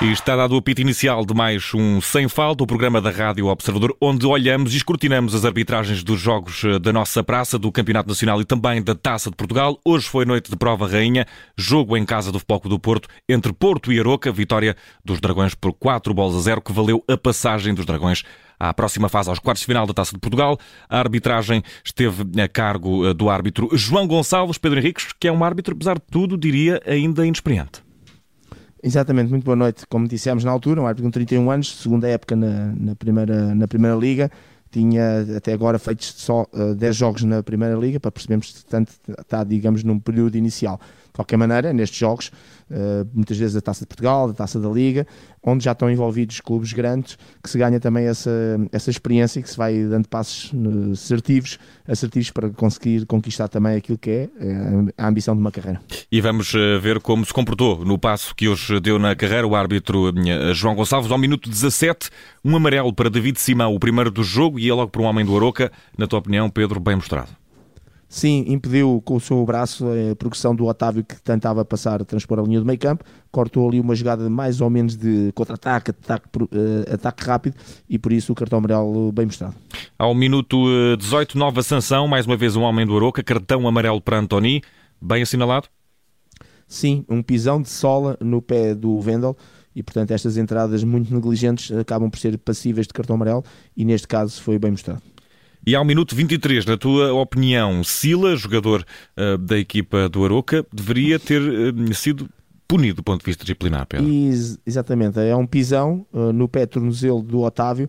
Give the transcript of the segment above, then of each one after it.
E está dado o apito inicial de mais um Sem Falta, o programa da Rádio Observador, onde olhamos e escrutinamos as arbitragens dos jogos da nossa praça, do Campeonato Nacional e também da Taça de Portugal. Hoje foi noite de prova rainha, jogo em casa do Futebol Clube do Porto, entre Porto e Aroca, vitória dos Dragões por 4-0, que valeu a passagem dos Dragões à próxima fase, aos quartos de final da Taça de Portugal. A arbitragem esteve a cargo do árbitro João Gonçalves. Pedro Henriques, que é um árbitro, apesar de tudo, diria, ainda inexperiente. Exatamente, muito boa noite. Como dissemos na altura, um árbitro com 31 anos, segunda época na primeira Liga, tinha até agora feito só 10 jogos na Primeira Liga, para percebermos que tanto está, digamos, num período inicial. De qualquer maneira, nestes jogos, muitas vezes da Taça de Portugal, da Taça da Liga, onde já estão envolvidos clubes grandes, que se ganha também essa experiência e que se vai dando passos assertivos para conseguir conquistar também aquilo que é a ambição de uma carreira. E vamos ver como se comportou no passo que hoje deu na carreira o árbitro João Gonçalves. Ao minuto 17, um amarelo para David Simão, o primeiro do jogo, e é logo para um homem do Aroca. Na tua opinião, Pedro, bem mostrado? Sim, impediu com o seu braço a progressão do Otávio, que tentava transpor a linha do meio campo, cortou ali uma jogada mais ou menos de contra-ataque, ataque rápido, e por isso o cartão amarelo bem mostrado. Ao minuto 18, nova sanção, mais uma vez um homem do Aroca, cartão amarelo para Antoni, bem assinalado? Sim, um pisão de sola no pé do Vendel, e portanto estas entradas muito negligentes acabam por ser passíveis de cartão amarelo, e neste caso foi bem mostrado. E ao minuto 23, na tua opinião, Sila, jogador da equipa do Aroca, deveria ter sido punido do ponto de vista disciplinar, Pedro? Exatamente, é um pisão no pé tornozelo do Otávio,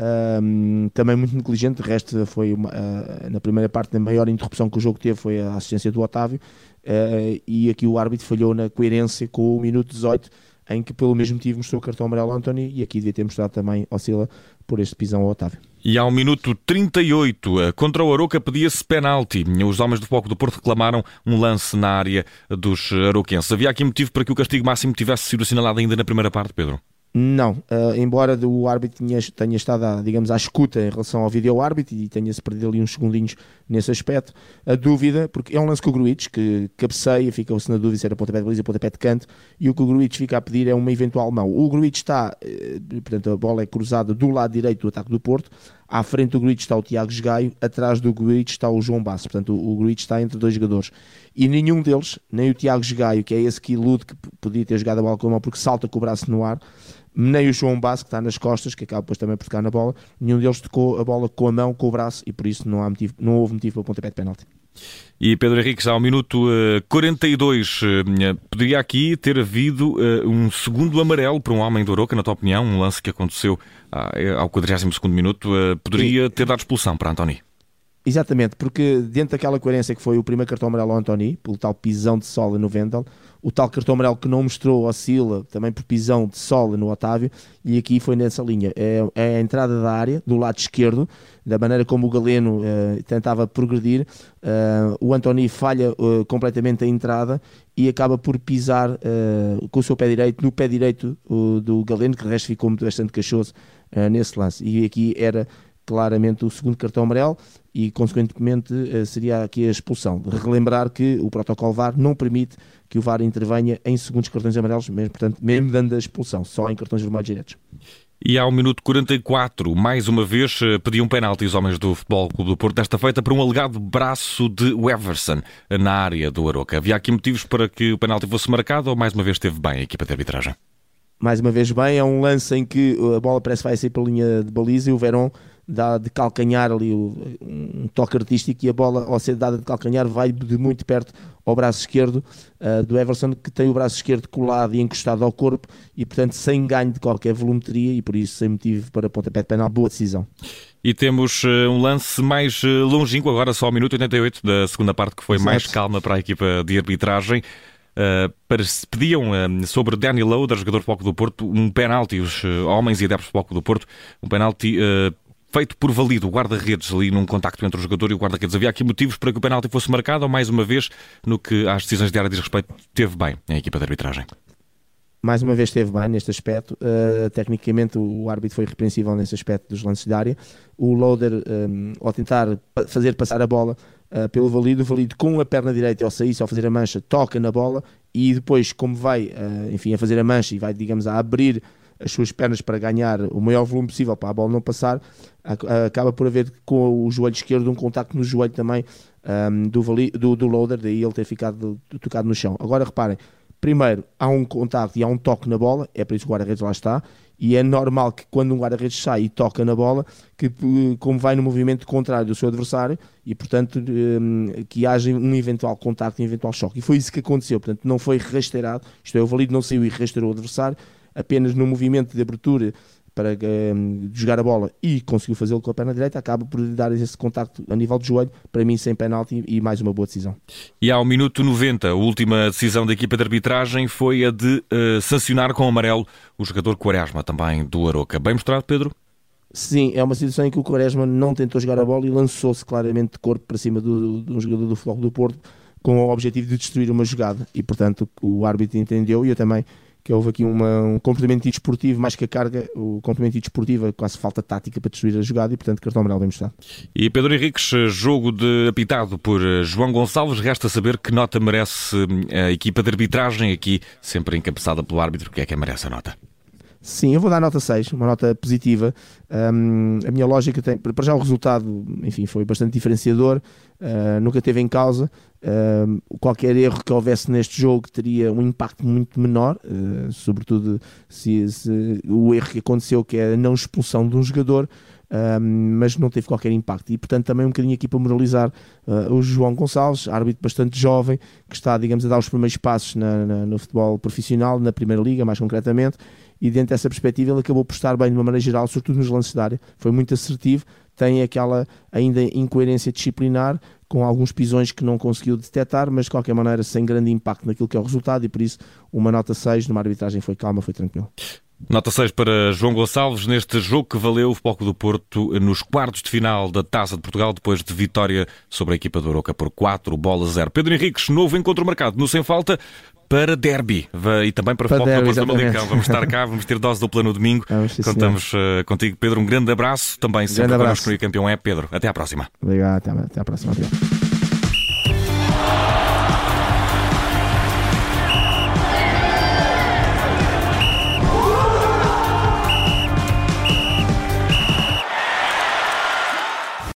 também muito negligente. De resto, foi na primeira parte a maior interrupção que o jogo teve foi a assistência do Otávio, e aqui o árbitro falhou na coerência com o minuto 18, em que pelo mesmo motivo mostrou o cartão amarelo ao Antoni, e aqui devia ter mostrado também ao Sila por este pisão ao Otávio. E ao minuto 38, contra o Aroca pedia-se penalti. Os homens do Futebol Clube do Porto reclamaram um lance na área dos aroquenses. Havia aqui motivo para que o castigo máximo tivesse sido assinalado ainda na primeira parte, Pedro? Não, embora o árbitro tenha estado, digamos, à escuta em relação ao vídeo-árbitro e tenha-se perdido ali uns segundinhos nesse aspecto, a dúvida, porque é um lance com o Gruitch, que cabeceia, fica-se na dúvida se era pontapé de baliza ou pontapé de canto, e o que o Gruitch fica a pedir é uma eventual mão. O Gruitch está, portanto, a bola é cruzada do lado direito do ataque do Porto, à frente do Gruitch está o Tiago Gaio, atrás do Gruitch está o João Basso, portanto o Gruitch está entre dois jogadores, e nenhum deles, nem o Tiago Gaio, que é esse que ilude que podia ter jogado a bola com a mão porque salta com o braço no ar, nem o João Basso, que está nas costas, que acaba depois também por tocar na bola, nenhum deles tocou a bola com a mão, com o braço, e por isso não houve motivo para o pontapé de penalti. E Pedro Henriques, ao minuto 42, poderia aqui ter havido um segundo amarelo para um homem do Aroca, na tua opinião, um lance que aconteceu ao 42º minuto, poderia ter dado expulsão para Antoni? Exatamente, porque dentro daquela coerência que foi o primeiro cartão amarelo ao Antoni, pelo tal pisão de sola no Vendel, o tal cartão amarelo que não mostrou ao Sila, também por pisão de sola no Otávio, e aqui foi nessa linha. É a entrada da área, do lado esquerdo, da maneira como o Galeno tentava progredir, o Antoni falha completamente a entrada e acaba por pisar com o seu pé direito, no pé direito do Galeno, que de resto ficou bastante cachoso nesse lance. E aqui era claramente o segundo cartão amarelo e, consequentemente, seria aqui a expulsão. Relembrar que o protocolo VAR não permite que o VAR intervenha em segundos cartões amarelos, mesmo dando a expulsão, só em cartões vermelhos diretos. E ao minuto 44, mais uma vez, pediam penalti os homens do Futebol Clube do Porto, desta feita por um alegado braço de Everson na área do Aroca. Havia aqui motivos para que o penalti fosse marcado ou mais uma vez esteve bem a equipa de arbitragem? Mais uma vez bem, é um lance em que a bola parece que vai sair pela linha de baliza e o Verón dá de calcanhar ali um toque artístico, e a bola, ao ser dada de calcanhar, vai de muito perto ao braço esquerdo do Everson, que tem o braço esquerdo colado e encostado ao corpo e, portanto, sem ganho de qualquer volumetria, e por isso sem motivo para pontapé de penal. Boa decisão. E temos um lance mais longínquo agora, só ao minuto 88 da segunda parte, que foi mais calma para a equipa de arbitragem. Pediam sobre Danny Loader, jogador do Futebol Clube do Porto, um penalti, os homens e adeptos do Futebol Clube do Porto, um penalti feito por Valido, o guarda-redes, ali num contacto entre o jogador e o guarda-redes. Havia aqui motivos para que o penalti fosse marcado, ou mais uma vez, no que às decisões de área diz respeito, teve bem a equipa de arbitragem? mais uma vez esteve bem neste aspecto. Tecnicamente o árbitro foi irrepreensível nesse aspecto dos lances de área. O Loader, ao tentar fazer passar a bola pelo Valido, o Valido com a perna direita ao sair, ao fazer a mancha, toca na bola e depois, como vai a fazer a mancha e vai, digamos, a abrir as suas pernas para ganhar o maior volume possível para a bola não passar, acaba por haver com o joelho esquerdo um contacto no joelho também do Loader, daí ele ter ficado tocado no chão. Agora reparem, primeiro há um contacto e há um toque na bola, é para isso que o guarda-redes lá está, e é normal que quando um guarda-redes sai e toca na bola, que como vai no movimento contrário do seu adversário, e portanto que haja um eventual contacto, um eventual choque. E foi isso que aconteceu, portanto não foi rasteirado, isto é, o Valido não saiu e rasteirou o adversário, apenas no movimento de abertura para jogar a bola e conseguiu fazê-lo com a perna direita, acaba por dar esse contacto a nível de joelho, para mim sem penalti e mais uma boa decisão. E ao minuto 90, a última decisão da equipa de arbitragem foi a de sancionar com amarelo o jogador Quaresma, também do Aroca. Bem mostrado, Pedro? Sim, é uma situação em que o Quaresma não tentou jogar a bola e lançou-se claramente de corpo para cima de um jogador do Futebol Clube do Porto com o objetivo de destruir uma jogada e portanto o árbitro entendeu e eu também que houve aqui um comportamento desportivo, mais que a carga, o comportamento desportivo, quase falta tática para destruir a jogada e, portanto, cartão amarelo bem mostrado. E Pedro Henriques, jogo apitado por João Gonçalves, resta saber que nota merece a equipa de arbitragem, aqui sempre encabeçada pelo árbitro, que merece a nota. Sim, eu vou dar nota 6, uma nota positiva. A minha lógica tem, para já o resultado, enfim, foi bastante diferenciador, nunca teve em causa. Qualquer erro que houvesse neste jogo teria um impacto muito menor, sobretudo se o erro que aconteceu, que é a não expulsão de um jogador, mas não teve qualquer impacto. E portanto também um bocadinho aqui para moralizar o João Gonçalves, árbitro bastante jovem, que está, digamos, a dar os primeiros passos no futebol profissional, na Primeira Liga mais concretamente, e dentro dessa perspectiva ele acabou por estar bem de uma maneira geral, sobretudo nos lances de área, foi muito assertivo, tem aquela ainda incoerência disciplinar, com alguns pisões que não conseguiu detectar, mas de qualquer maneira sem grande impacto naquilo que é o resultado, e por isso uma nota 6, numa arbitragem foi calma, foi tranquilo. Nota 6 para João Gonçalves neste jogo que valeu o Futebol Clube do Porto nos quartos de final da Taça de Portugal, depois de vitória sobre a equipa do Aroca por 4-0. Pedro Henriques, novo encontro marcado no Sem Falta para derby e também para Futebol Clube do Porto Famalicão. Vamos estar cá, vamos ter dose dupla no domingo. Contamos contigo, Pedro. Um grande abraço. Também sempre connosco no Campeão é Pedro. Até à próxima. Obrigado, até à próxima. Obrigado.